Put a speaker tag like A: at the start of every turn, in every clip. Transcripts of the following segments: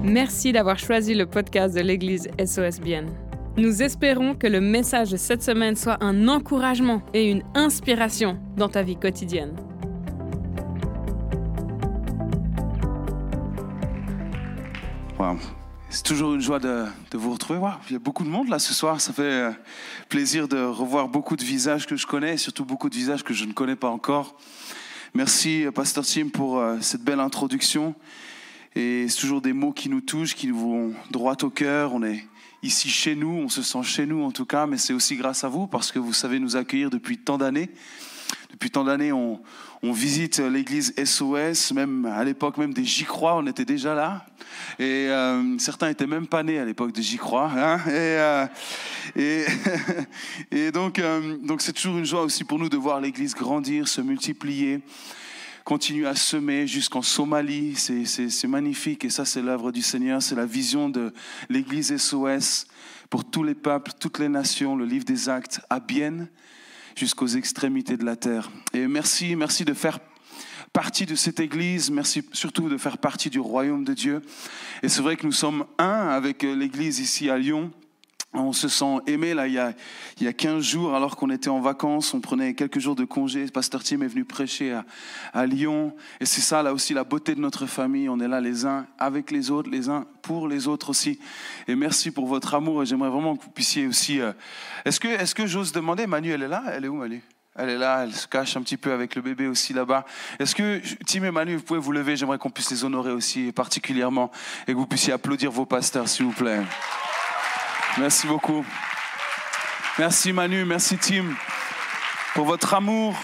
A: Merci d'avoir choisi le podcast de l'Église SOS Bienne. Nous espérons que le message de cette semaine soit un encouragement et une inspiration dans ta vie quotidienne.
B: Wow. C'est toujours une joie de vous retrouver. Wow. Il y a beaucoup de monde là ce soir. Ça fait plaisir de revoir beaucoup de visages que je connais et surtout beaucoup de visages que je ne connais pas encore. Merci, Pasteur Tim, pour cette belle introduction. Et c'est toujours des mots qui nous touchent, qui nous vont droit au cœur. On est ici chez nous, on se sent chez nous en tout cas, mais c'est aussi grâce à vous parce que vous savez nous accueillir depuis tant d'années. Depuis tant d'années, on visite l'église SOS, même à l'époque même des J'y crois, on était déjà là. Et certains étaient même pas nés à l'époque des J'y crois. Hein, et donc c'est toujours une joie aussi pour nous de voir l'église grandir, se multiplier, continuer à semer jusqu'en Somalie. C'est magnifique et ça c'est l'œuvre du Seigneur, c'est la vision de l'église SOS pour tous les peuples, toutes les nations, le livre des Actes à Bienne, jusqu'aux extrémités de la terre. Et merci de faire partie de cette église, merci surtout de faire partie du royaume de Dieu. Et c'est vrai que nous sommes un avec l'église ici à Lyon. On se sent aimé là, il y a 15 jours, alors qu'on était en vacances, on prenait quelques jours de congé. Pasteur Tim est venu prêcher à Lyon. Et c'est ça, là aussi, la beauté de notre famille. On est là les uns avec les autres, les uns pour les autres aussi. Et merci pour votre amour. Et j'aimerais vraiment que vous puissiez aussi... Est-ce que j'ose demander, Manu, elle est là? Elle est où, Manu? Elle est là, elle se cache un petit peu avec le bébé aussi là-bas. Est-ce que, Tim et Manu, vous pouvez vous lever? J'aimerais qu'on puisse les honorer aussi particulièrement. Et que vous puissiez applaudir vos pasteurs, s'il vous plaît. Merci beaucoup. Merci Manu, merci Tim pour votre amour.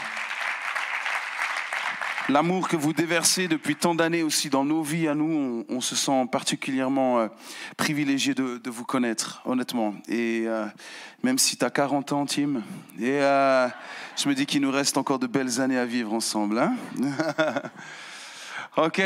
B: L'amour que vous déversez depuis tant d'années aussi dans nos vies à nous, on se sent particulièrement privilégié de vous connaître, honnêtement. Et même si tu as 40 ans, Tim, et je me dis qu'il nous reste encore de belles années à vivre ensemble. Hein? Ok.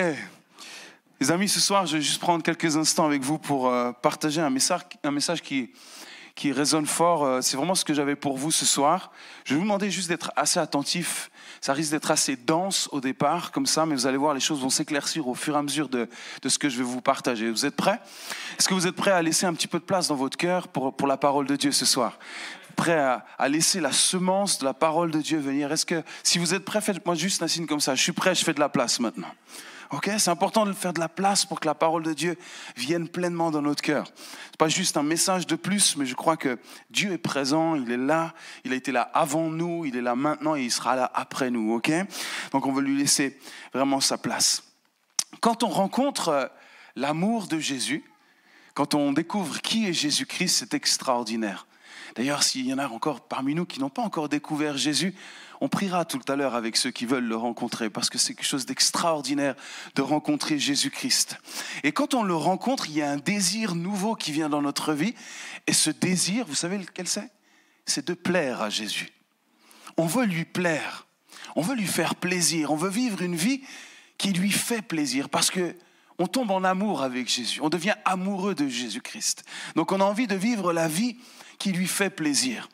B: Les amis, ce soir, je vais juste prendre quelques instants avec vous pour partager un message qui résonne fort. C'est vraiment ce que j'avais pour vous ce soir. Je vais vous demander juste d'être assez attentifs. Ça risque d'être assez dense au départ, comme ça, mais vous allez voir, les choses vont s'éclaircir au fur et à mesure de ce que je vais vous partager. Vous êtes prêts? Est-ce que vous êtes prêts à laisser un petit peu de place dans votre cœur pour la parole de Dieu ce soir? Prêts à laisser la semence de la parole de Dieu venir? Est-ce que, si vous êtes prêts, faites-moi juste un signe comme ça. Je suis prêt, je fais de la place maintenant. Ok, c'est important de faire de la place pour que la parole de Dieu vienne pleinement dans notre cœur. C'est pas juste un message de plus, mais je crois que Dieu est présent, il est là, il a été là avant nous, il est là maintenant et il sera là après nous. Ok, donc on veut lui laisser vraiment sa place. Quand on rencontre l'amour de Jésus, quand on découvre qui est Jésus-Christ, c'est extraordinaire. D'ailleurs, s'il y en a encore parmi nous qui n'ont pas encore découvert Jésus, on priera tout à l'heure avec ceux qui veulent le rencontrer parce que c'est quelque chose d'extraordinaire de rencontrer Jésus-Christ. Et quand on le rencontre, il y a un désir nouveau qui vient dans notre vie. Et ce désir, vous savez lequel c'est? C'est de plaire à Jésus. On veut lui plaire. On veut lui faire plaisir. On veut vivre une vie qui lui fait plaisir parce que on tombe en amour avec Jésus. On devient amoureux de Jésus-Christ. Donc on a envie de vivre la vie qui lui fait plaisir.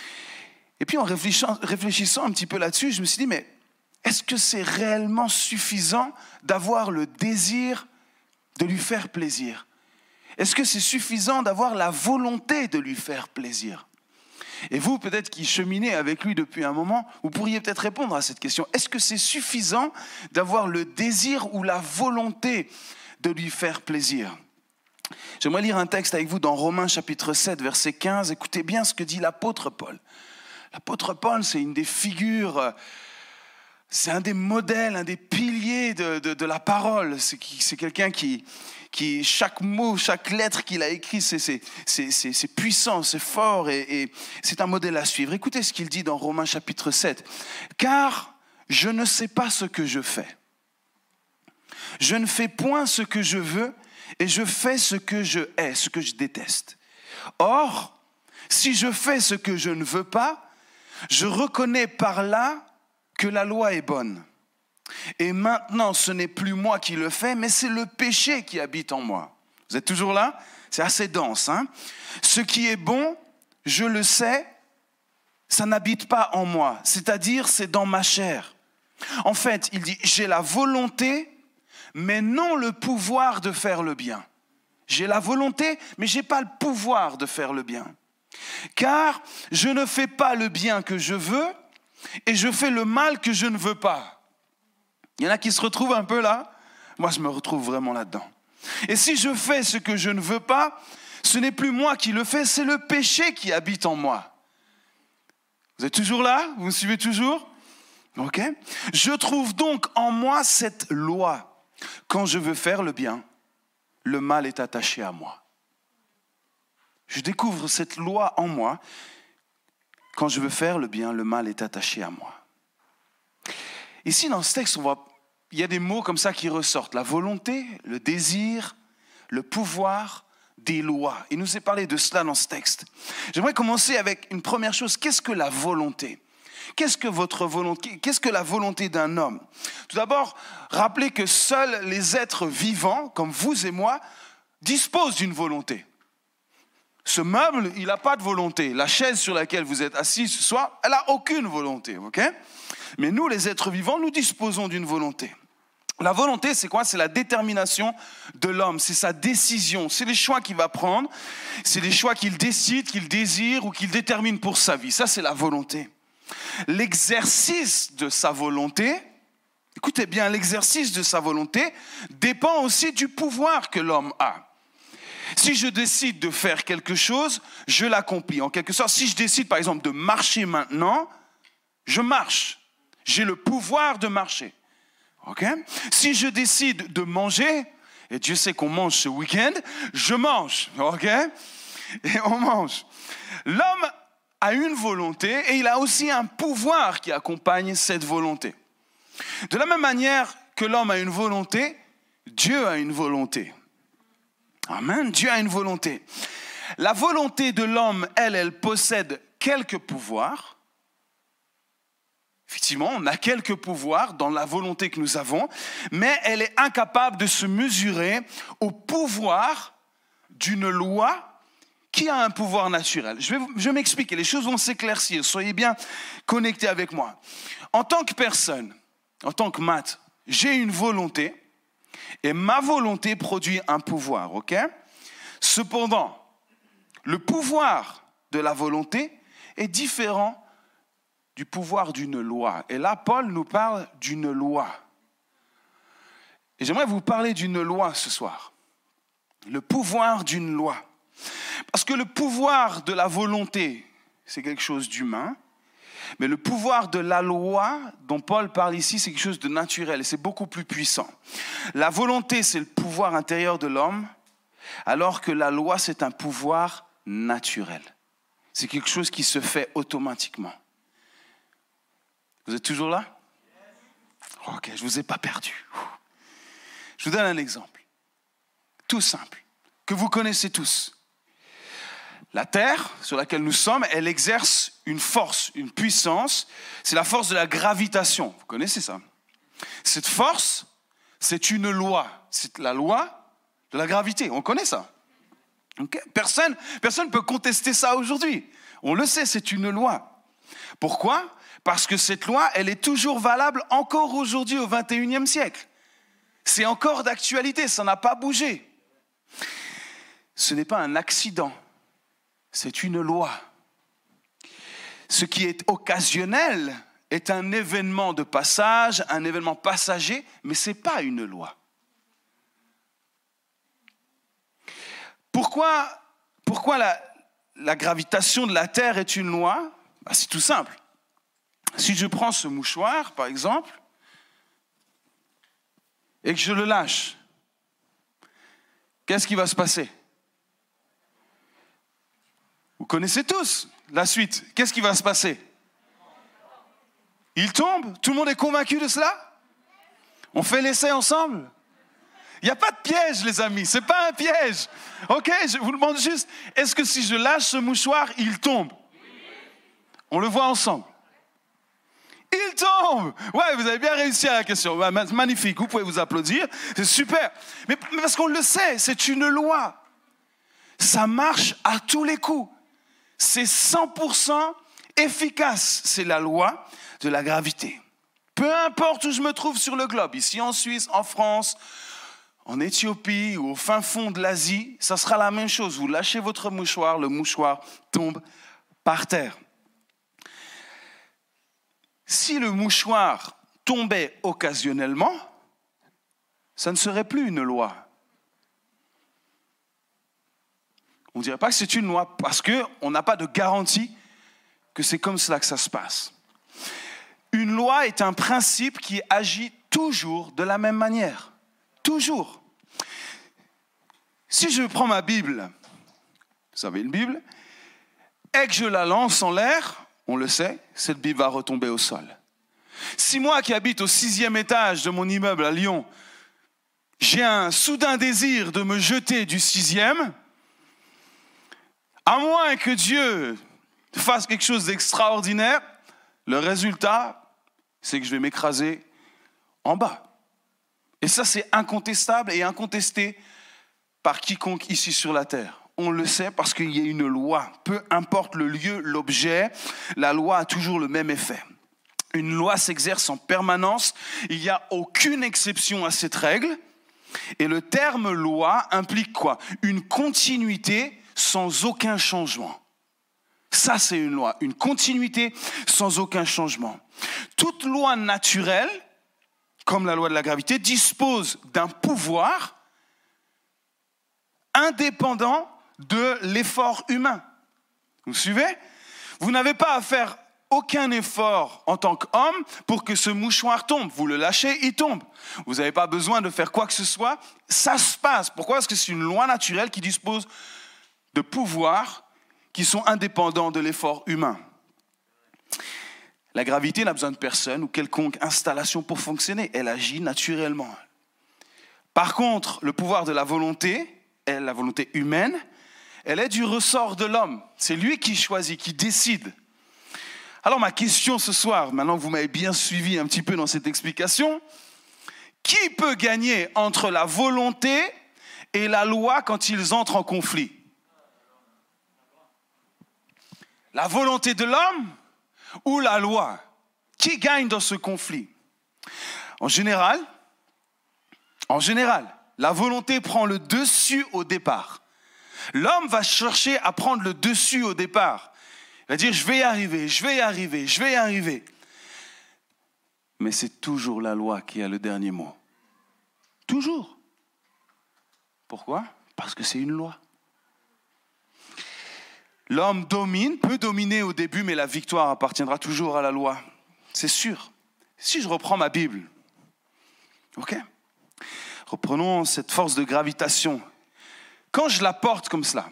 B: Et puis en réfléchissant un petit peu là-dessus, je me suis dit, mais est-ce que c'est réellement suffisant d'avoir le désir de lui faire plaisir? Est-ce que c'est suffisant d'avoir la volonté de lui faire plaisir? Et vous, peut-être qui cheminez avec lui depuis un moment, vous pourriez peut-être répondre à cette question. Est-ce que c'est suffisant d'avoir le désir ou la volonté de lui faire plaisir? J'aimerais lire un texte avec vous dans Romains chapitre 7, verset 15. Écoutez bien ce que dit l'apôtre Paul. L'apôtre Paul, c'est une des figures, c'est un des modèles, un des piliers de la parole. C'est quelqu'un qui, chaque mot, chaque lettre qu'il a écrit, c'est puissant, c'est fort et c'est un modèle à suivre. Écoutez ce qu'il dit dans Romains chapitre 7. « Car je ne sais pas ce que je fais. Je ne fais point ce que je veux et je fais ce que je hais, ce que je déteste. Or, si je fais ce que je ne veux pas, je reconnais par là que la loi est bonne. Et maintenant, ce n'est plus moi qui le fais, mais c'est le péché qui habite en moi. » Vous êtes toujours là? C'est assez dense. Hein? Ce qui est bon, je le sais, ça n'habite pas en moi. C'est-à-dire, c'est dans ma chair. En fait, il dit, j'ai la volonté, mais non le pouvoir de faire le bien. J'ai la volonté, mais je n'ai pas le pouvoir de faire le bien. Car je ne fais pas le bien que je veux et je fais le mal que je ne veux pas. Il y en a qui se retrouvent un peu là. Moi, je me retrouve vraiment là-dedans. Et si je fais ce que je ne veux pas, ce n'est plus moi qui le fais, c'est le péché qui habite en moi. Vous êtes toujours là? Vous me suivez toujours? Ok. Je trouve donc en moi cette loi. Quand je veux faire le bien, le mal est attaché à moi. Je découvre cette loi en moi. Quand je veux faire le bien, le mal est attaché à moi. Ici, dans ce texte, il y a des mots comme ça qui ressortent. La volonté, le désir, le pouvoir, des lois. Il nous est parlé de cela dans ce texte. J'aimerais commencer avec une première chose. Qu'est-ce que la volonté ? Qu'est-ce que votre volonté ? Qu'est-ce que la volonté d'un homme ? Tout d'abord, rappelez que seuls les êtres vivants, comme vous et moi, disposent d'une volonté. Ce meuble, il n'a pas de volonté. La chaise sur laquelle vous êtes assis ce soir, elle n'a aucune volonté. Okay ? Mais nous, les êtres vivants, nous disposons d'une volonté. La volonté, c'est quoi ? C'est la détermination de l'homme, c'est sa décision, c'est les choix qu'il va prendre, c'est les choix qu'il décide, qu'il désire ou qu'il détermine pour sa vie. Ça, c'est la volonté. L'exercice de sa volonté, écoutez bien, l'exercice de sa volonté dépend aussi du pouvoir que l'homme a. Si je décide de faire quelque chose, je l'accomplis. En quelque sorte, si je décide par exemple de marcher maintenant, je marche. J'ai le pouvoir de marcher. Okay? Si je décide de manger, et Dieu sait qu'on mange ce week-end, je mange. Okay? Et on mange. L'homme a une volonté et il a aussi un pouvoir qui accompagne cette volonté. De la même manière que l'homme a une volonté, Dieu a une volonté. Amen. Dieu a une volonté. La volonté de l'homme, elle possède quelques pouvoirs. Effectivement, on a quelques pouvoirs dans la volonté que nous avons, mais elle est incapable de se mesurer au pouvoir d'une loi qui a un pouvoir naturel. Je vais m'expliquer, les choses vont s'éclaircir, soyez bien connectés avec moi. En tant que personne, en tant que Matt, j'ai une volonté et ma volonté produit un pouvoir, ok ? Cependant, le pouvoir de la volonté est différent du pouvoir d'une loi. Et là, Paul nous parle d'une loi. Et j'aimerais vous parler d'une loi ce soir. Le pouvoir d'une loi. Parce que le pouvoir de la volonté, c'est quelque chose d'humain. Mais le pouvoir de la loi dont Paul parle ici, c'est quelque chose de naturel et c'est beaucoup plus puissant. La volonté, c'est le pouvoir intérieur de l'homme, alors que la loi, c'est un pouvoir naturel. C'est quelque chose qui se fait automatiquement. Vous êtes toujours là ? Ok, je ne vous ai pas perdu. Je vous donne un exemple. Tout simple, que vous connaissez tous. La terre sur laquelle nous sommes, elle exerce une force, une puissance. C'est la force de la gravitation. Vous connaissez ça ? Cette force, c'est une loi. C'est la loi de la gravité. On connaît ça. Okay ? Personne ne peut contester ça aujourd'hui. On le sait, c'est une loi. Pourquoi ? Parce que cette loi, elle est toujours valable encore aujourd'hui au XXIe siècle. C'est encore d'actualité, ça n'a pas bougé. Ce n'est pas un accident. C'est une loi. Ce qui est occasionnel est un événement de passage, un événement passager, mais ce n'est pas une loi. Pourquoi la gravitation de la Terre est une loi ? C'est tout simple. Si je prends ce mouchoir, par exemple, et que je le lâche, qu'est-ce qui va se passer ? Vous connaissez tous la suite. Qu'est-ce qui va se passer ? Il tombe ? Tout le monde est convaincu de cela ? On fait l'essai ensemble ? Il n'y a pas de piège, les amis. Ce n'est pas un piège. Ok, je vous demande juste, est-ce que si je lâche ce mouchoir, il tombe ? On le voit ensemble. Il tombe. Ouais, vous avez bien réussi à la question. Ouais, magnifique, vous pouvez vous applaudir. C'est super. Mais parce qu'on le sait, c'est une loi. Ça marche à tous les coups. C'est 100% efficace. C'est la loi de la gravité. Peu importe où je me trouve sur le globe, ici en Suisse, en France, en Éthiopie ou au fin fond de l'Asie, ça sera la même chose. Vous lâchez votre mouchoir, le mouchoir tombe par terre. Si le mouchoir tombait occasionnellement, ça ne serait plus une loi. On ne dirait pas que c'est une loi parce qu'on n'a pas de garantie que c'est comme cela que ça se passe. Une loi est un principe qui agit toujours de la même manière. Toujours. Si je prends ma Bible, vous savez une Bible, et que je la lance en l'air, on le sait, cette Bible va retomber au sol. Si moi qui habite au 6e étage de mon immeuble à Lyon, j'ai un soudain désir de me jeter du 6e, à moins que Dieu fasse quelque chose d'extraordinaire, le résultat, c'est que je vais m'écraser en bas. Et ça, c'est incontestable et incontesté par quiconque ici sur la terre. On le sait parce qu'il y a une loi. Peu importe le lieu, l'objet, la loi a toujours le même effet. Une loi s'exerce en permanence. Il n'y a aucune exception à cette règle. Et le terme loi implique quoi? Une continuité sans aucun changement. Ça, c'est une loi. Une continuité sans aucun changement. Toute loi naturelle, comme la loi de la gravité, dispose d'un pouvoir indépendant de l'effort humain. Vous suivez? Vous n'avez pas à faire aucun effort en tant qu'homme pour que ce mouchoir tombe. Vous le lâchez, il tombe. Vous n'avez pas besoin de faire quoi que ce soit. Ça se passe. Pourquoi? Parce que c'est une loi naturelle qui dispose de pouvoirs qui sont indépendants de l'effort humain. La gravité n'a besoin de personne ou quelconque installation pour fonctionner. Elle agit naturellement. Par contre, le pouvoir de la volonté, la volonté humaine, elle est du ressort de l'homme. C'est lui qui choisit, qui décide. Alors ma question ce soir, maintenant que vous m'avez bien suivi un petit peu dans cette explication, qui peut gagner entre la volonté et la loi quand ils entrent en conflit? La volonté de l'homme ou la loi? Qui gagne dans ce conflit? En général, la volonté prend le dessus au départ. L'homme va chercher à prendre le dessus au départ. Il va dire, je vais y arriver. Mais c'est toujours la loi qui a le dernier mot. Toujours. Pourquoi? Parce que c'est une loi. L'homme peut dominer au début, mais la victoire appartiendra toujours à la loi. C'est sûr. Si je reprends ma Bible, ok? Reprenons cette force de gravitation. Quand je la porte comme cela,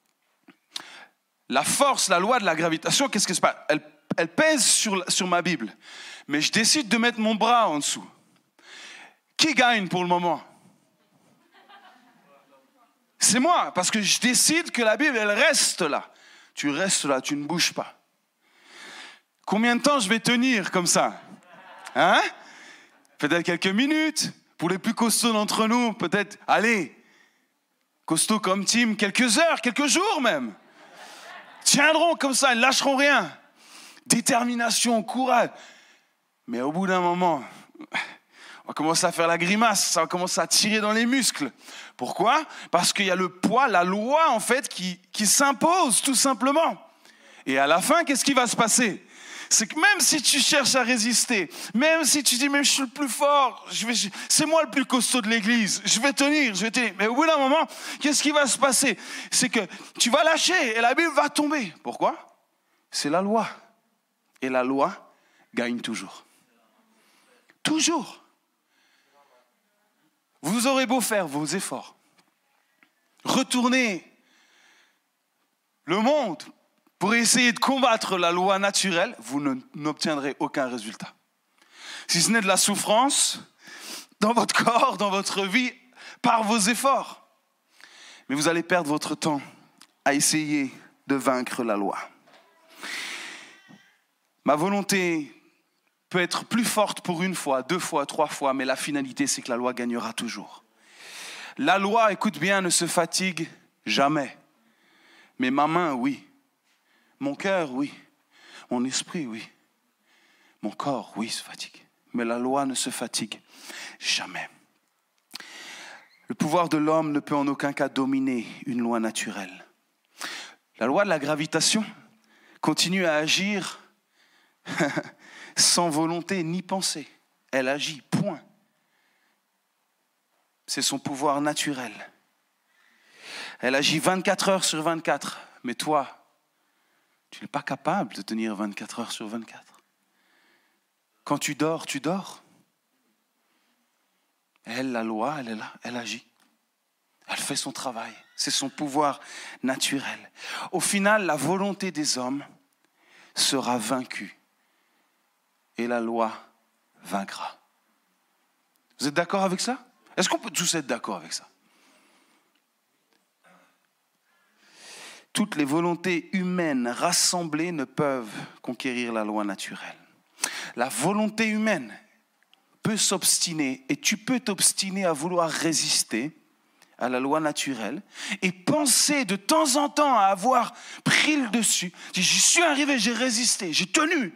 B: la force, la loi de la gravitation, qu'est-ce qui se passe? Elle pèse sur ma Bible, mais je décide de mettre mon bras en dessous. Qui gagne pour le moment? C'est moi, parce que je décide que la Bible, elle reste là. Tu restes là, tu ne bouges pas. Combien de temps je vais tenir comme ça? Hein? Peut-être quelques minutes. Pour les plus costauds d'entre nous, peut-être, allez, costauds comme Tim, quelques heures, quelques jours même. Tiendront comme ça, ils ne lâcheront rien. Détermination, courage. Mais au bout d'un moment, on va commencer à faire la grimace, ça va commencer à tirer dans les muscles. Pourquoi? Parce qu'il y a le poids, la loi en fait qui s'impose tout simplement. Et à la fin, qu'est-ce qui va se passer? C'est que même si tu cherches à résister, même si tu dis, mais je suis le plus fort, c'est moi le plus costaud de l'église, je vais tenir. Mais au bout d'un moment, qu'est-ce qui va se passer? C'est que tu vas lâcher et la Bible va tomber. Pourquoi? C'est la loi. Et la loi gagne toujours. Toujours. Vous aurez beau faire vos efforts, retourner le monde pour essayer de combattre la loi naturelle, vous n'obtiendrez aucun résultat. Si ce n'est de la souffrance dans votre corps, dans votre vie, par vos efforts. Mais vous allez perdre votre temps à essayer de vaincre la loi. Ma volonté peut être plus forte pour une fois, 2 fois, 3 fois, mais la finalité, c'est que la loi gagnera toujours. La loi, écoute bien, ne se fatigue jamais. Mais ma main, oui. Mon cœur, oui. Mon esprit, oui. Mon corps, oui, se fatigue. Mais la loi ne se fatigue jamais. Le pouvoir de l'homme ne peut en aucun cas dominer une loi naturelle. La loi de la gravitation continue à agir sans volonté ni pensée. Elle agit, point. C'est son pouvoir naturel. Elle agit 24 heures sur 24. Mais toi, tu n'es pas capable de tenir 24 heures sur 24. Quand tu dors, tu dors. Elle, la loi, elle est là, elle agit. Elle fait son travail. C'est son pouvoir naturel. Au final, la volonté des hommes sera vaincue. Et la loi vaincra. Vous êtes d'accord avec ça? Est-ce qu'on peut tous être d'accord avec ça? Toutes les volontés humaines rassemblées ne peuvent conquérir la loi naturelle. La volonté humaine peut s'obstiner et tu peux t'obstiner à vouloir résister à la loi naturelle et penser de temps en temps à avoir pris le dessus. J'y suis arrivé, j'ai résisté, j'ai tenu.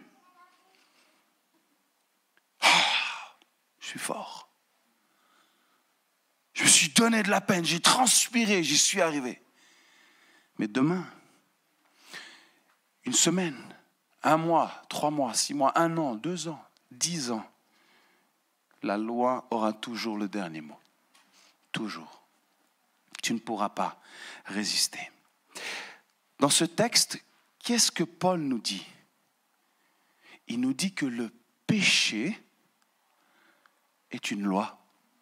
B: Je suis fort. Je me suis donné de la peine, j'ai transpiré, j'y suis arrivé. Mais demain, une semaine, 1 mois, 3 mois, 6 mois, 1 an, 2 ans, 10 ans, la loi aura toujours le dernier mot. Toujours. Tu ne pourras pas résister. Dans ce texte, qu'est-ce que Paul nous dit? Il nous dit que le péché est une loi.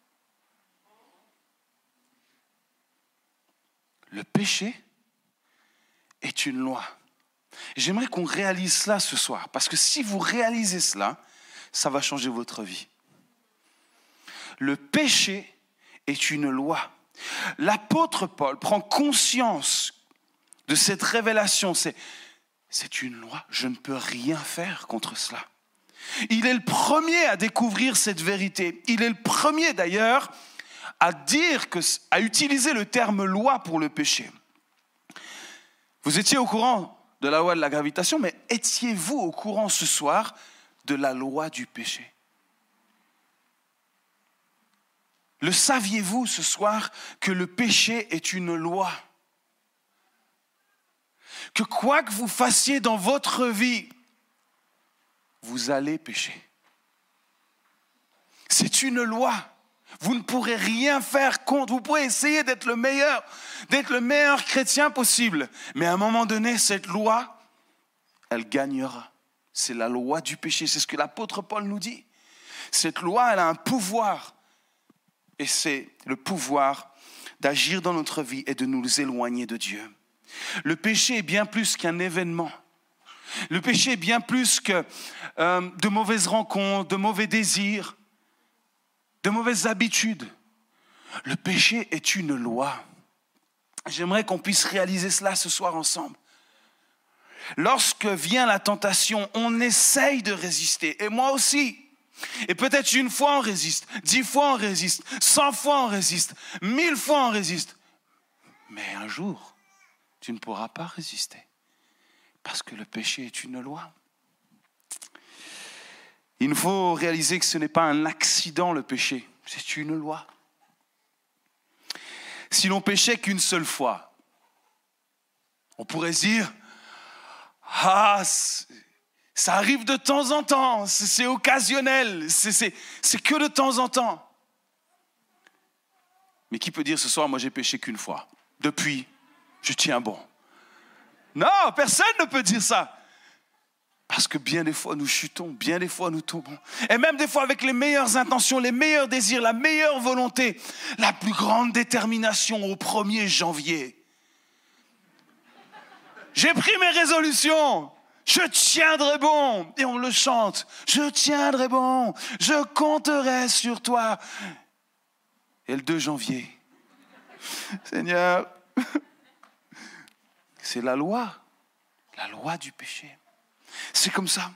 B: Le péché est une loi. J'aimerais qu'on réalise cela ce soir, parce que si vous réalisez cela, ça va changer votre vie. Le péché est une loi. L'apôtre Paul prend conscience de cette révélation. C'est une loi, je ne peux rien faire contre cela. Il est le premier à découvrir cette vérité. Il est le premier d'ailleurs à utiliser le terme loi pour le péché. Vous étiez au courant de la loi de la gravitation, mais étiez-vous au courant ce soir de la loi du péché? Le saviez-vous ce soir que le péché est une loi? Que quoi que vous fassiez dans votre vie, vous allez pécher. C'est une loi. Vous ne pourrez rien faire contre. Vous pourrez essayer d'être le meilleur chrétien possible. Mais à un moment donné, cette loi, elle gagnera. C'est la loi du péché. C'est ce que l'apôtre Paul nous dit. Cette loi, elle a un pouvoir. Et c'est le pouvoir d'agir dans notre vie et de nous éloigner de Dieu. Le péché est bien plus qu'un événement. Le péché est bien plus que de mauvaises rencontres, de mauvais désirs, de mauvaises habitudes. Le péché est une loi. J'aimerais qu'on puisse réaliser cela ce soir ensemble. Lorsque vient la tentation, on essaye de résister. Et moi aussi. Et peut-être 1 fois on résiste, 10 fois on résiste, 100 fois on résiste, 1000 fois on résiste. Mais un jour, tu ne pourras pas résister. Parce que le péché est une loi. Il nous faut réaliser que ce n'est pas un accident le péché, c'est une loi. Si l'on péchait qu'une seule fois, on pourrait se dire, ça arrive de temps en temps, c'est occasionnel, c'est que de temps en temps. Mais qui peut dire ce soir, moi j'ai péché qu'une fois, depuis, je tiens bon. Non, personne ne peut dire ça. Parce que bien des fois nous chutons, bien des fois nous tombons. Et même des fois avec les meilleures intentions, les meilleurs désirs, la meilleure volonté, la plus grande détermination au 1er janvier. J'ai pris mes résolutions. Je tiendrai bon. Et on le chante. Je tiendrai bon. Je compterai sur toi. Et le 2 janvier. Seigneur, c'est la loi du péché. C'est comme ça.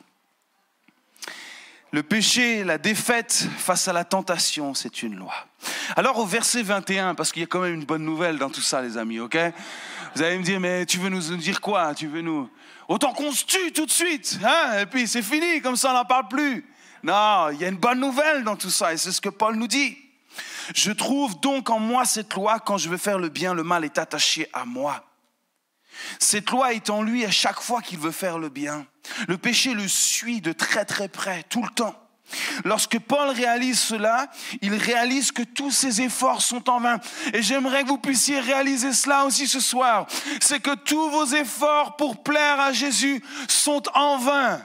B: Le péché, la défaite face à la tentation, c'est une loi. Alors au verset 21, parce qu'il y a quand même une bonne nouvelle dans tout ça, les amis, ok? Vous allez me dire, mais tu veux nous dire quoi? Autant qu'on se tue tout de suite, hein? Et puis c'est fini, comme ça on n'en parle plus. Non, il y a une bonne nouvelle dans tout ça, et c'est ce que Paul nous dit. Je trouve donc en moi cette loi, quand je veux faire le bien, le mal est attaché à moi. Cette loi est en lui à chaque fois qu'il veut faire le bien. Le péché le suit de très très près, tout le temps. Lorsque Paul réalise cela, il réalise que tous ses efforts sont en vain. Et j'aimerais que vous puissiez réaliser cela aussi ce soir. C'est que tous vos efforts pour plaire à Jésus sont en vain.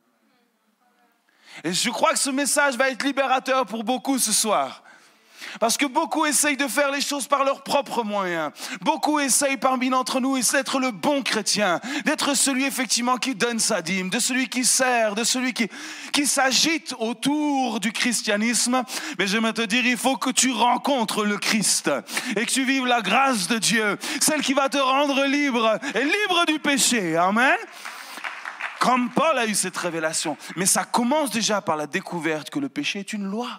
B: Et je crois que ce message va être libérateur pour beaucoup ce soir. Parce que beaucoup essayent de faire les choses par leurs propres moyens. Beaucoup essayent parmi d'entre nous d'être le bon chrétien, d'être celui effectivement qui donne sa dîme, de celui qui sert, de celui qui s'agite autour du christianisme. Mais j'aimerais te dire, il faut que tu rencontres le Christ et que tu vives la grâce de Dieu, celle qui va te rendre libre et libre du péché. Amen. Comme Paul a eu cette révélation. Mais ça commence déjà par la découverte que le péché est une loi.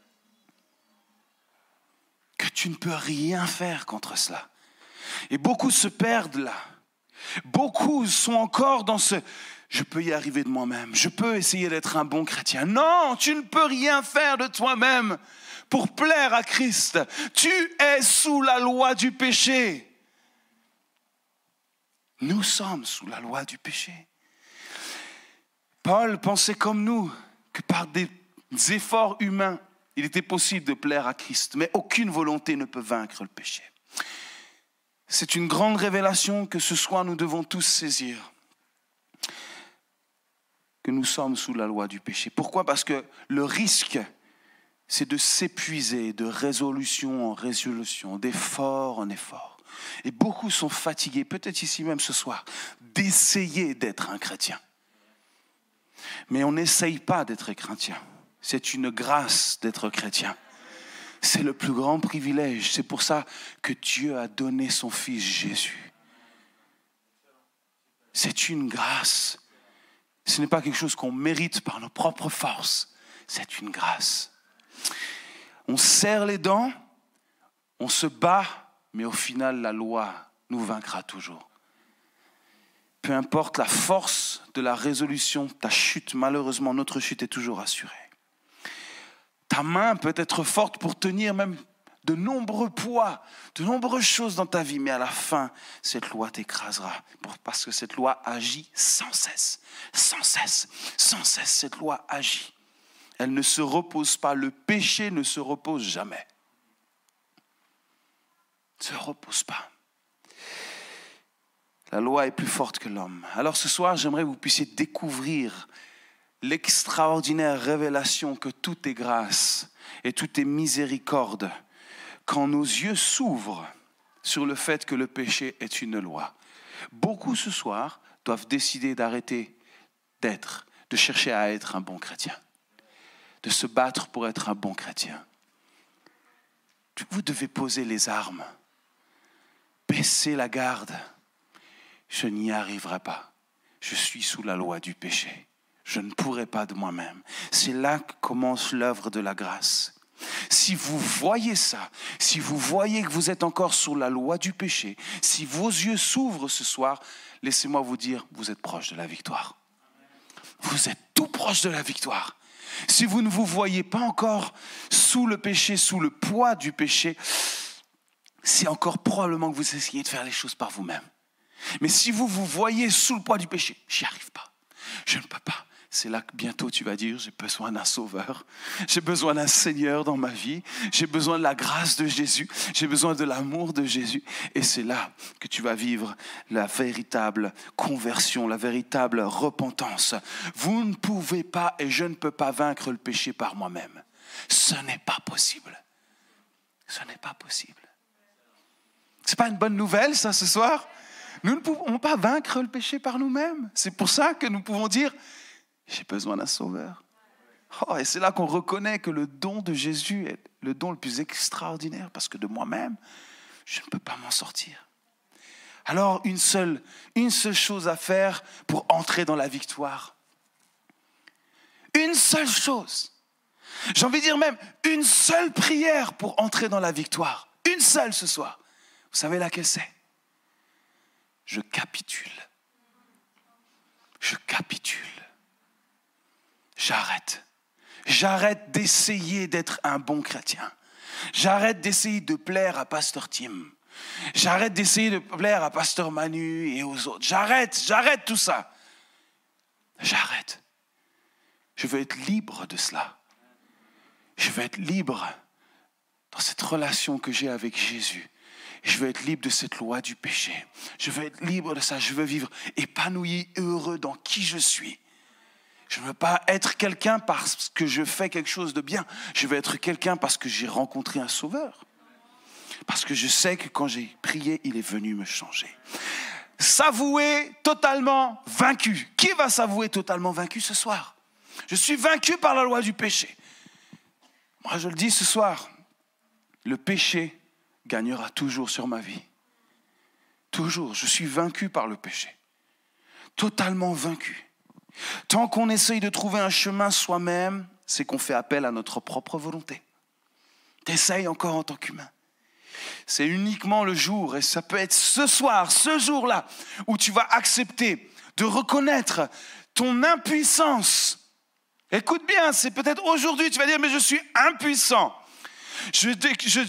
B: Que tu ne peux rien faire contre cela. Et beaucoup se perdent là. Beaucoup sont encore dans ce « je peux y arriver de moi-même, je peux essayer d'être un bon chrétien ». Non, tu ne peux rien faire de toi-même pour plaire à Christ. Tu es sous la loi du péché. Nous sommes sous la loi du péché. Paul pensait comme nous que par des efforts humains, il était possible de plaire à Christ, mais aucune volonté ne peut vaincre le péché. C'est une grande révélation que ce soir nous devons tous saisir. Que nous sommes sous la loi du péché. Pourquoi ? Parce que le risque, c'est de s'épuiser de résolution en résolution, d'effort en effort. Et beaucoup sont fatigués, peut-être ici même ce soir, d'essayer d'être un chrétien. Mais on n'essaye pas d'être chrétien. C'est une grâce d'être chrétien. C'est le plus grand privilège. C'est pour ça que Dieu a donné son Fils Jésus. C'est une grâce. Ce n'est pas quelque chose qu'on mérite par nos propres forces. C'est une grâce. On serre les dents, on se bat, mais au final, la loi nous vaincra toujours. Peu importe la force de la résolution, ta chute, malheureusement, notre chute est toujours assurée. Ta main peut être forte pour tenir même de nombreux poids, de nombreuses choses dans ta vie, mais à la fin, cette loi t'écrasera. Parce que cette loi agit sans cesse, sans cesse, sans cesse. Cette loi agit. Elle ne se repose pas. Le péché ne se repose jamais. Ne se repose pas. La loi est plus forte que l'homme. Alors ce soir, j'aimerais que vous puissiez découvrir l'extraordinaire révélation que tout est grâce et tout est miséricorde quand nos yeux s'ouvrent sur le fait que le péché est une loi. Beaucoup ce soir doivent décider d'arrêter de chercher à être un bon chrétien, de se battre pour être un bon chrétien. Vous devez poser les armes, baisser la garde. Je n'y arriverai pas. Je suis sous la loi du péché. Je ne pourrai pas de moi-même. C'est là que commence l'œuvre de la grâce. Si vous voyez ça, si vous voyez que vous êtes encore sous la loi du péché, si vos yeux s'ouvrent ce soir, laissez-moi vous dire, vous êtes proche de la victoire. Vous êtes tout proche de la victoire. Si vous ne vous voyez pas encore sous le péché, sous le poids du péché, c'est encore probablement que vous essayez de faire les choses par vous-même. Mais si vous vous voyez sous le poids du péché, j'y arrive pas, je ne peux pas. C'est là que bientôt tu vas dire, j'ai besoin d'un sauveur, j'ai besoin d'un Seigneur dans ma vie, j'ai besoin de la grâce de Jésus, j'ai besoin de l'amour de Jésus. Et c'est là que tu vas vivre la véritable conversion, la véritable repentance. Vous ne pouvez pas et je ne peux pas vaincre le péché par moi-même. Ce n'est pas possible. Ce n'est pas possible. C'est pas une bonne nouvelle ça ce soir ? Nous ne pouvons pas vaincre le péché par nous-mêmes. C'est pour ça que nous pouvons dire j'ai besoin d'un sauveur. Oh, et c'est là qu'on reconnaît que le don de Jésus est le don le plus extraordinaire parce que de moi-même, je ne peux pas m'en sortir. Alors, une seule chose à faire pour entrer dans la victoire. Une seule chose. J'ai envie de dire même une seule prière pour entrer dans la victoire. Une seule ce soir. Vous savez laquelle c'est ? Je capitule. Je capitule. J'arrête d'essayer d'être un bon chrétien. J'arrête d'essayer de plaire à Pasteur Tim. J'arrête d'essayer de plaire à Pasteur Manu et aux autres. J'arrête tout ça. J'arrête. Je veux être libre de cela. Je veux être libre dans cette relation que j'ai avec Jésus. Je veux être libre de cette loi du péché. Je veux être libre de ça. Je veux vivre épanoui et heureux dans qui je suis. Je ne veux pas être quelqu'un parce que je fais quelque chose de bien. Je veux être quelqu'un parce que j'ai rencontré un sauveur. Parce que je sais que quand j'ai prié, il est venu me changer. S'avouer totalement vaincu. Qui va s'avouer totalement vaincu ce soir? Je suis vaincu par la loi du péché. Moi, je le dis ce soir, le péché gagnera toujours sur ma vie. Toujours. Je suis vaincu par le péché. Totalement vaincu. Tant qu'on essaye de trouver un chemin soi-même, c'est qu'on fait appel à notre propre volonté. T'essayes encore en tant qu'humain. C'est uniquement le jour, et ça peut être ce soir, ce jour-là, où tu vas accepter de reconnaître ton impuissance. Écoute bien, c'est peut-être aujourd'hui, tu vas dire, mais je suis impuissant. Je le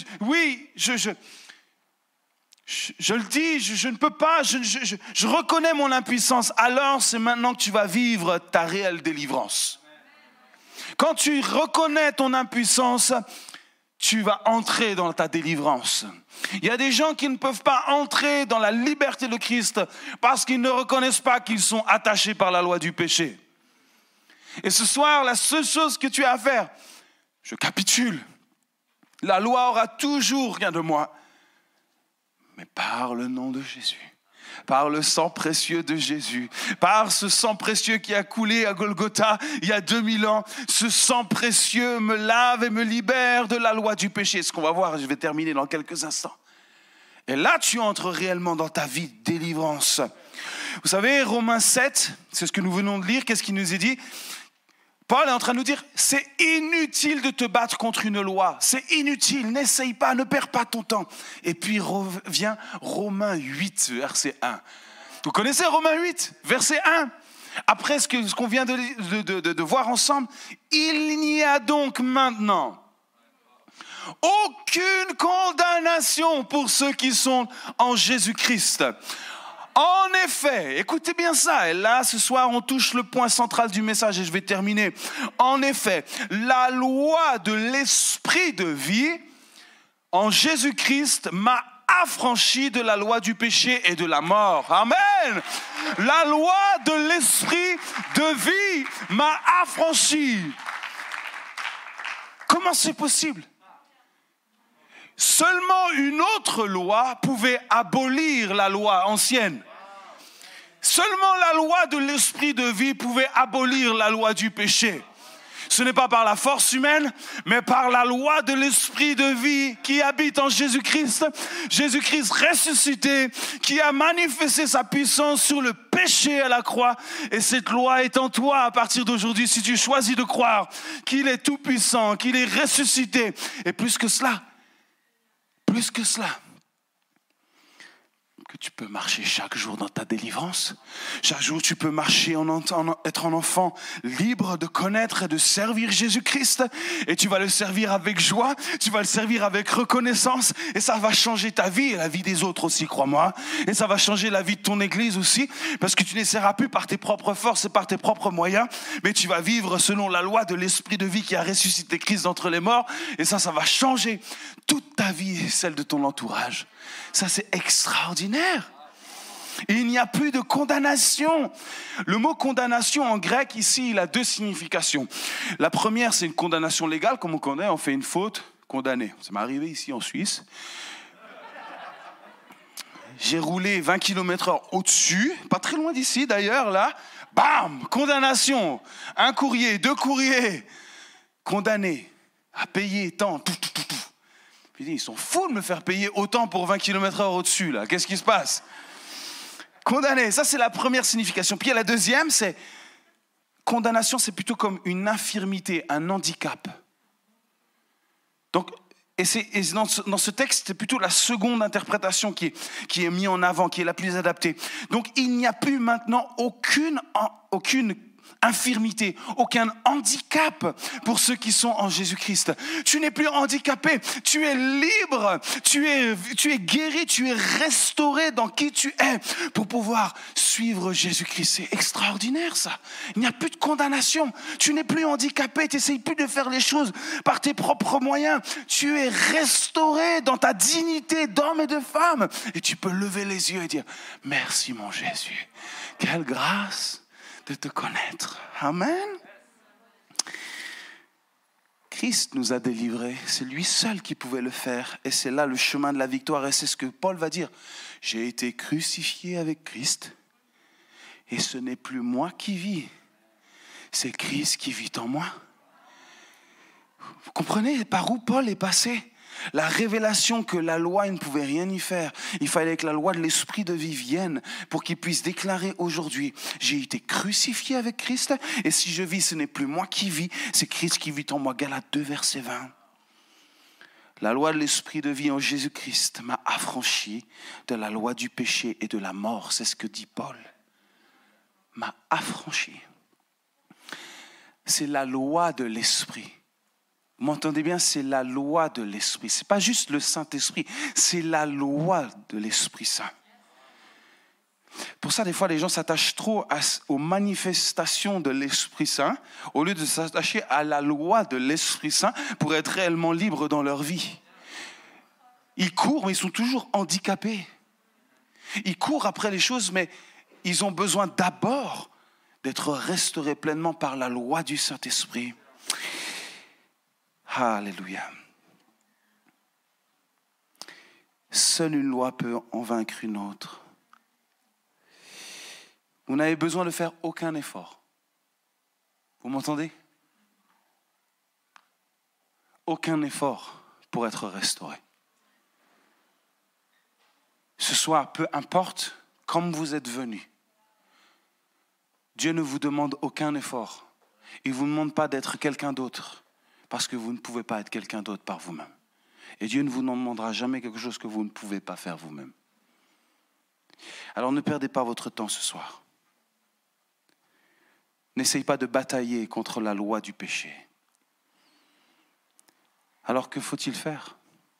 B: dis, je ne peux pas, je reconnais mon impuissance. Alors, c'est maintenant que tu vas vivre ta réelle délivrance. Quand tu reconnais ton impuissance, tu vas entrer dans ta délivrance. Il y a des gens qui ne peuvent pas entrer dans la liberté de Christ parce qu'ils ne reconnaissent pas qu'ils sont attachés par la loi du péché. Et ce soir, la seule chose que tu as à faire, je capitule. La loi aura toujours rien de moi. Mais par le nom de Jésus, par le sang précieux de Jésus, par ce sang précieux qui a coulé à Golgotha il y a 2000 ans, ce sang précieux me lave et me libère de la loi du péché. Ce qu'on va voir, je vais terminer dans quelques instants. Et là, tu entres réellement dans ta vie de délivrance. Vous savez, Romains 7, c'est ce que nous venons de lire, qu'est-ce qu'il nous est dit ? Paul est en train de nous dire, c'est inutile de te battre contre une loi. C'est inutile, n'essaye pas, ne perds pas ton temps. Et puis revient Romains 8, verset 1. Vous connaissez Romains 8, verset 1 ? Après ce qu'on vient de voir ensemble, il n'y a donc maintenant aucune condamnation pour ceux qui sont en Jésus-Christ. En effet, écoutez bien ça, et là ce soir on touche le point central du message et je vais terminer. En effet, la loi de l'esprit de vie en Jésus-Christ m'a affranchi de la loi du péché et de la mort. Amen. La loi de l'esprit de vie m'a affranchi. Comment c'est possible ? Seulement une autre loi pouvait abolir la loi ancienne. Seulement la loi de l'esprit de vie pouvait abolir la loi du péché. Ce n'est pas par la force humaine, mais par la loi de l'esprit de vie qui habite en Jésus-Christ. Jésus-Christ ressuscité, qui a manifesté sa puissance sur le péché à la croix. Et cette loi est en toi à partir d'aujourd'hui, si tu choisis de croire qu'il est tout puissant, qu'il est ressuscité. Et plus que cela, que tu peux marcher chaque jour dans ta délivrance. Chaque jour, tu peux marcher, être un enfant libre de connaître et de servir Jésus-Christ. Et tu vas le servir avec joie, tu vas le servir avec reconnaissance. Et ça va changer ta vie et la vie des autres aussi, crois-moi. Et ça va changer la vie de ton église aussi. Parce que tu n'essaieras plus par tes propres forces et par tes propres moyens. Mais tu vas vivre selon la loi de l'esprit de vie qui a ressuscité Christ d'entre les morts. Et ça va changer toute ta vie et celle de ton entourage. Ça, c'est extraordinaire. Et il n'y a plus de condamnation. Le mot condamnation en grec, ici, il a deux significations. La première, c'est une condamnation légale, comme on connaît, on fait une faute, condamné. Ça m'est arrivé ici en Suisse. J'ai roulé 20 km/h au-dessus, pas très loin d'ici d'ailleurs, là. Bam, condamnation. Un courrier, deux courriers. Condamné à payer tant, tout. Ils sont fous de me faire payer autant pour 20 km/h au-dessus, là. Qu'est-ce qui se passe ? Condamné, ça c'est la première signification. Puis il y a la deuxième, c'est condamnation, c'est plutôt comme une infirmité, un handicap. Donc, dans ce texte, c'est plutôt la seconde interprétation qui est mise en avant, qui est la plus adaptée. Donc il n'y a plus maintenant aucune infirmité, aucun handicap pour ceux qui sont en Jésus-Christ. Tu n'es plus handicapé, tu es libre, tu es guéri, tu es restauré dans qui tu es pour pouvoir suivre Jésus-Christ. C'est extraordinaire ça. Il n'y a plus de condamnation. Tu n'es plus handicapé, tu n'essayes plus de faire les choses par tes propres moyens. Tu es restauré dans ta dignité d'homme et de femme. Et tu peux lever les yeux et dire, merci mon Jésus. Quelle grâce de te connaître. Amen. Christ nous a délivrés. C'est lui seul qui pouvait le faire. Et c'est là le chemin de la victoire. Et c'est ce que Paul va dire. J'ai été crucifié avec Christ. Et ce n'est plus moi qui vis. C'est Christ qui vit en moi. Vous comprenez par où Paul est passé? La révélation que la loi ne pouvait rien y faire. Il fallait que la loi de l'esprit de vie vienne pour qu'il puisse déclarer aujourd'hui, j'ai été crucifié avec Christ et si je vis, ce n'est plus moi qui vis, c'est Christ qui vit en moi. Galates 2, verset 20. La loi de l'esprit de vie en Jésus-Christ m'a affranchi de la loi du péché et de la mort. C'est ce que dit Paul. M'a affranchi. C'est la loi de l'esprit. Vous m'entendez bien, c'est la loi de l'Esprit. Ce n'est pas juste le Saint-Esprit, c'est la loi de l'Esprit Saint. Pour ça, des fois, les gens s'attachent trop aux manifestations de l'Esprit Saint au lieu de s'attacher à la loi de l'Esprit Saint pour être réellement libres dans leur vie. Ils courent, mais ils sont toujours handicapés. Ils courent après les choses, mais ils ont besoin d'abord d'être restaurés pleinement par la loi du Saint-Esprit. Alléluia. Seule une loi peut en vaincre une autre. Vous n'avez besoin de faire aucun effort. Vous m'entendez? Aucun effort pour être restauré. Ce soir, peu importe comme vous êtes venu, Dieu ne vous demande aucun effort. Il ne vous demande pas d'être quelqu'un d'autre. Parce que vous ne pouvez pas être quelqu'un d'autre par vous-même. Et Dieu ne vous demandera jamais quelque chose que vous ne pouvez pas faire vous-même. Alors ne perdez pas votre temps ce soir. N'essayez pas de batailler contre la loi du péché. Alors que faut-il faire?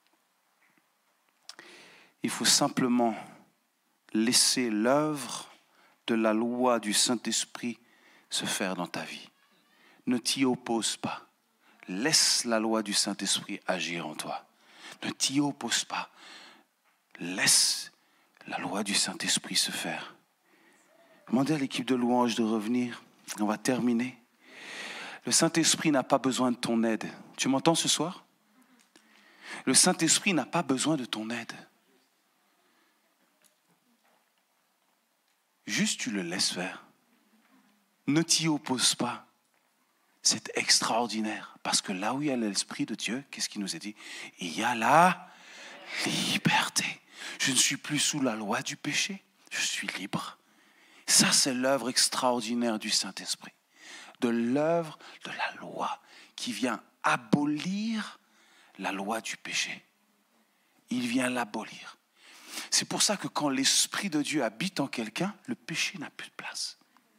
B: Il faut simplement laisser l'œuvre de la loi du Saint-Esprit se faire dans ta vie. Ne t'y oppose pas. Laisse la loi du Saint-Esprit agir en toi. Ne t'y oppose pas. Laisse la loi du Saint-Esprit se faire. Demandez à l'équipe de louange de revenir. On va terminer. Le Saint-Esprit n'a pas besoin de ton aide. Tu m'entends ce soir? Le Saint-Esprit n'a pas besoin de ton aide. Juste tu le laisses faire. Ne t'y oppose pas. C'est extraordinaire, parce que là où il y a l'Esprit de Dieu, qu'est-ce qu'il nous a dit? Il y a la liberté. Je ne suis plus sous la loi du péché, je suis libre. Ça, c'est l'œuvre extraordinaire du Saint-Esprit, de l'œuvre de la loi qui vient abolir la loi du péché. Il vient l'abolir. C'est pour ça que quand l'Esprit de Dieu habite en quelqu'un, le péché n'a plus de place.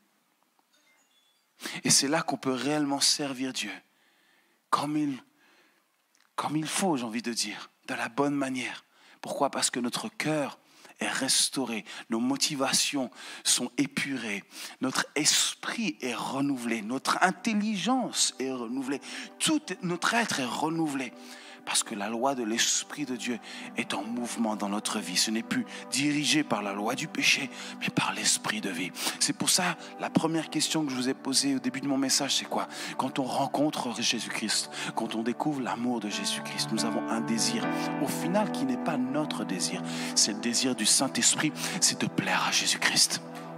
B: Et c'est là qu'on peut réellement servir Dieu comme il faut, j'ai envie de dire, de la bonne manière. Pourquoi? Parce que notre cœur est restauré, nos motivations sont épurées, notre esprit est renouvelé, notre intelligence est renouvelée, tout notre être est renouvelé. Parce que la loi de l'Esprit de Dieu est en mouvement dans notre vie. Ce n'est plus dirigé par la loi du péché, mais par l'Esprit de vie. C'est pour ça, la première question que je vous ai posée au début de mon message, c'est quoi? Quand on rencontre Jésus-Christ, quand on découvre l'amour de Jésus-Christ, nous avons un désir, au final, qui n'est pas notre désir. C'est le désir du Saint-Esprit, c'est de plaire à Jésus-Christ.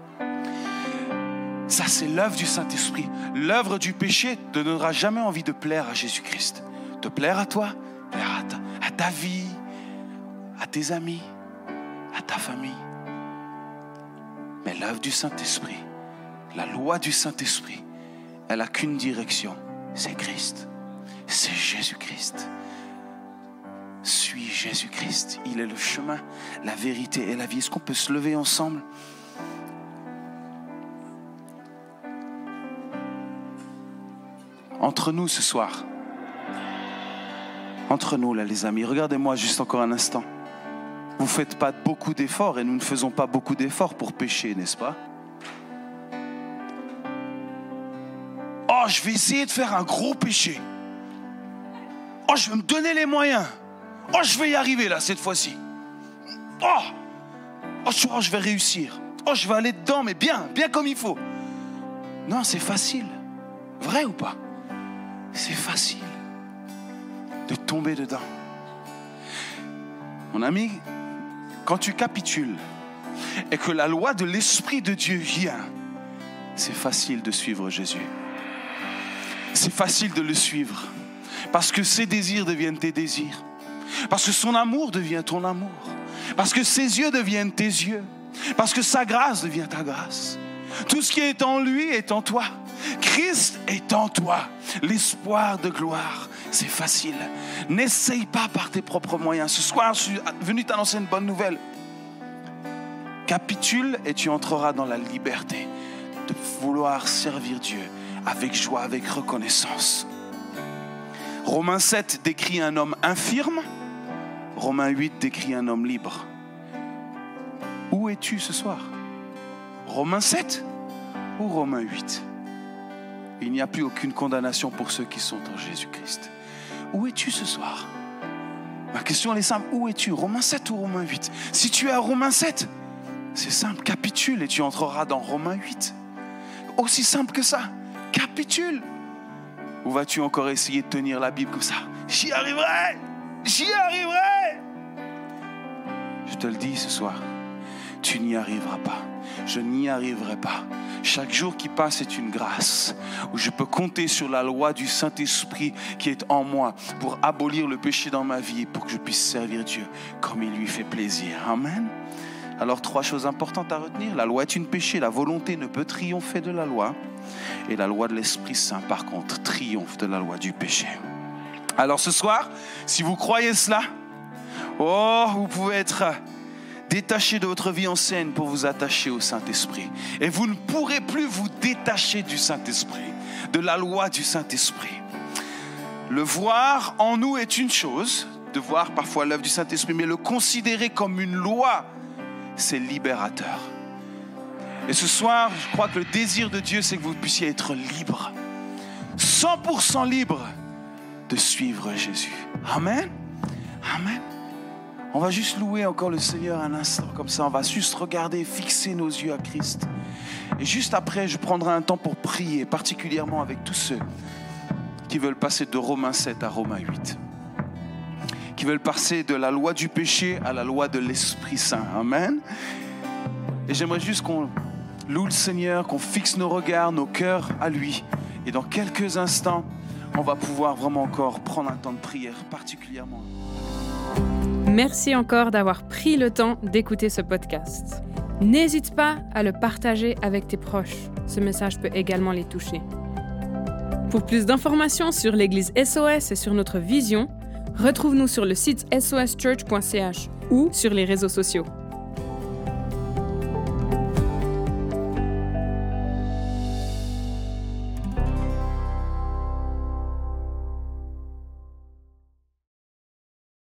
B: Ça, c'est l'œuvre du Saint-Esprit. L'œuvre du péché ne donnera jamais envie de plaire à Jésus-Christ. De plaire à toi, à ta vie, à tes amis, à ta famille. Mais l'œuvre du Saint-Esprit, la loi du Saint-Esprit, elle n'a qu'une direction, c'est Christ, c'est Jésus-Christ. Suis Jésus-Christ, il est le chemin, la vérité et la vie. Est-ce qu'on peut se lever ensemble? Entre nous ce soir. Entre nous, là, les amis. Regardez-moi juste encore un instant. Vous ne faites pas beaucoup d'efforts et nous ne faisons pas beaucoup d'efforts pour pécher, n'est-ce pas? Oh, je vais essayer de faire un gros péché. Oh, je vais me donner les moyens. Oh, je vais y arriver là, cette fois-ci. Oh, je vais réussir. Oh, je vais aller dedans, mais bien comme il faut. Non, c'est facile. Vrai ou pas? C'est facile de tomber dedans. Mon ami, quand tu capitules et que la loi de l'Esprit de Dieu vient, c'est facile de suivre Jésus. C'est facile de le suivre parce que ses désirs deviennent tes désirs, parce que son amour devient ton amour, parce que ses yeux deviennent tes yeux, parce que sa grâce devient ta grâce. Tout ce qui est en lui est en toi. Christ est en toi, l'espoir de gloire. C'est facile. N'essaye pas par tes propres moyens. Ce soir, je suis venu t'annoncer une bonne nouvelle. Capitule et tu entreras dans la liberté de vouloir servir Dieu avec joie, avec reconnaissance. Romains 7 décrit un homme infirme. Romains 8 décrit un homme libre. Où es-tu ce soir? Romains 7 ou Romains 8? Il n'y a plus aucune condamnation pour ceux qui sont en Jésus-Christ. Où es-tu ce soir? Ma question elle est simple. Où es-tu? Romains 7 ou Romains 8? Si tu es à Romains 7, c'est simple, capitule et tu entreras dans Romains 8. Aussi simple que ça, capitule. Ou vas-tu encore essayer de tenir la Bible comme ça? J'y arriverai! J'y arriverai! Je te le dis ce soir, tu n'y arriveras pas. Je n'y arriverai pas. Chaque jour qui passe est une grâce où je peux compter sur la loi du Saint-Esprit qui est en moi pour abolir le péché dans ma vie et pour que je puisse servir Dieu comme il lui fait plaisir. Amen. Alors 3 choses importantes à retenir. La loi est une péché. La volonté ne peut triompher de la loi. Et la loi de l'Esprit Saint, par contre, triomphe de la loi du péché. Alors ce soir, si vous croyez cela, vous pouvez être détaché de votre vie ancienne pour vous attacher au Saint-Esprit. Et vous ne pourrez plus vous détacher du Saint-Esprit, de la loi du Saint-Esprit. Le voir en nous est une chose, de voir parfois l'œuvre du Saint-Esprit, mais le considérer comme une loi, c'est libérateur. Et ce soir, je crois que le désir de Dieu, c'est que vous puissiez être libre, 100% libre de suivre Jésus. Amen. Amen. On va juste louer encore le Seigneur un instant, comme ça on va juste regarder, fixer nos yeux à Christ. Et juste après, je prendrai un temps pour prier, particulièrement avec tous ceux qui veulent passer de Romains 7 à Romains 8. Qui veulent passer de la loi du péché à la loi de l'Esprit Saint. Amen. Et j'aimerais juste qu'on loue le Seigneur, qu'on fixe nos regards, nos cœurs à lui. Et dans quelques instants, on va pouvoir vraiment encore prendre un temps de prière particulièrement.
A: Merci encore d'avoir pris le temps d'écouter ce podcast. N'hésite pas à le partager avec tes proches. Ce message peut également les toucher. Pour plus d'informations sur l'Église SOS et sur notre vision, retrouve-nous sur le site soschurch.ch ou sur les réseaux sociaux.